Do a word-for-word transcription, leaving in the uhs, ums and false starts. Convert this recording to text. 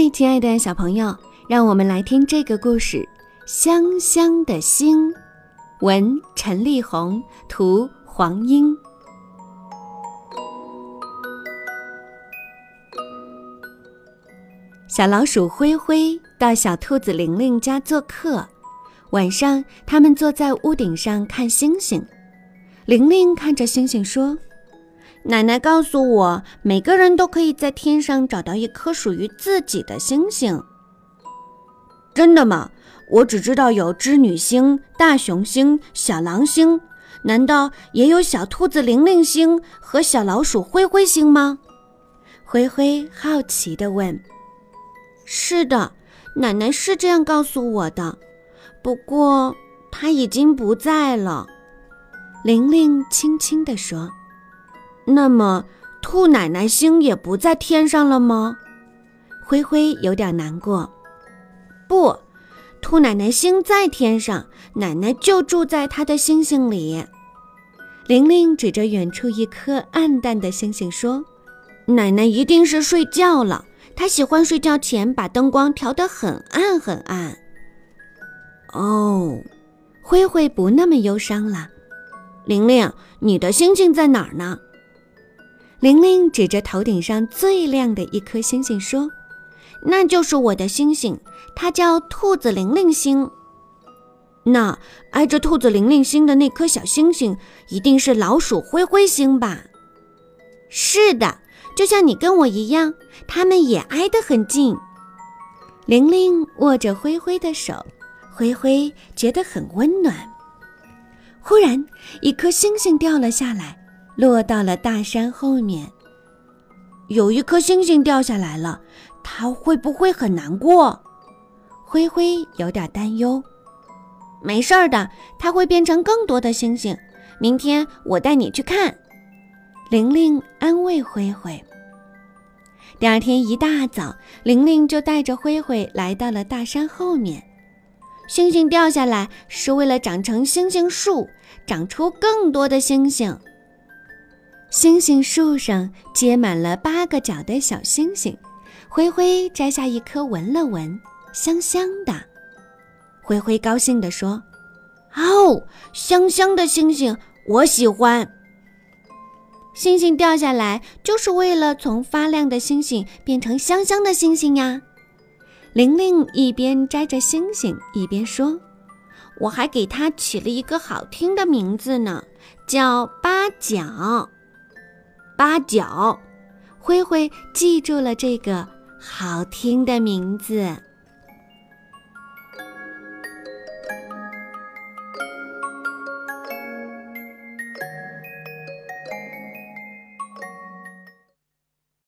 嗨，亲爱的小朋友，让我们来听这个故事《香香的星》，文陈丽红，图黄英。小老鼠灰灰到小兔子玲玲家做客，晚上他们坐在屋顶上看星星。玲玲看着星星说，奶奶告诉我，每个人都可以在天上找到一颗属于自己的星星。真的吗？我只知道有织女星、大熊星、小狼星，难道也有小兔子玲玲星和小老鼠灰灰星吗？灰灰好奇地问。是的，奶奶是这样告诉我的，不过她已经不在了。玲玲轻轻地说。那么兔奶奶星也不在天上了吗？灰灰有点难过。不，兔奶奶星在天上，奶奶就住在她的星星里。玲玲指着远处一颗暗淡的星星说，奶奶一定是睡觉了，她喜欢睡觉前把灯光调得很暗很暗。哦，灰灰不那么忧伤了。玲玲，你的星星在哪儿呢？玲玲指着头顶上最亮的一颗星星说，那就是我的星星，它叫兔子玲玲星。那挨着兔子玲玲星的那颗小星星一定是老鼠灰灰星吧？是的，就像你跟我一样，它们也挨得很近。玲玲握着灰灰的手，灰灰觉得很温暖。忽然一颗星星掉了下来，落到了大山后面。有一颗星星掉下来了，它会不会很难过？灰灰有点担忧。没事儿的，它会变成更多的星星，明天我带你去看。玲玲安慰灰灰。第二天一大早，玲玲就带着灰灰来到了大山后面。星星掉下来是为了长成星星树，长出更多的星星。星星树上结满了八个角的小星星，灰灰摘下一颗闻了闻，香香的。灰灰高兴地说，哦，香香的星星，我喜欢。星星掉下来就是为了从发亮的星星变成香香的星星呀。玲玲一边摘着星星一边说，我还给它起了一个好听的名字呢，叫八角。八角，灰灰记住了这个好听的名字。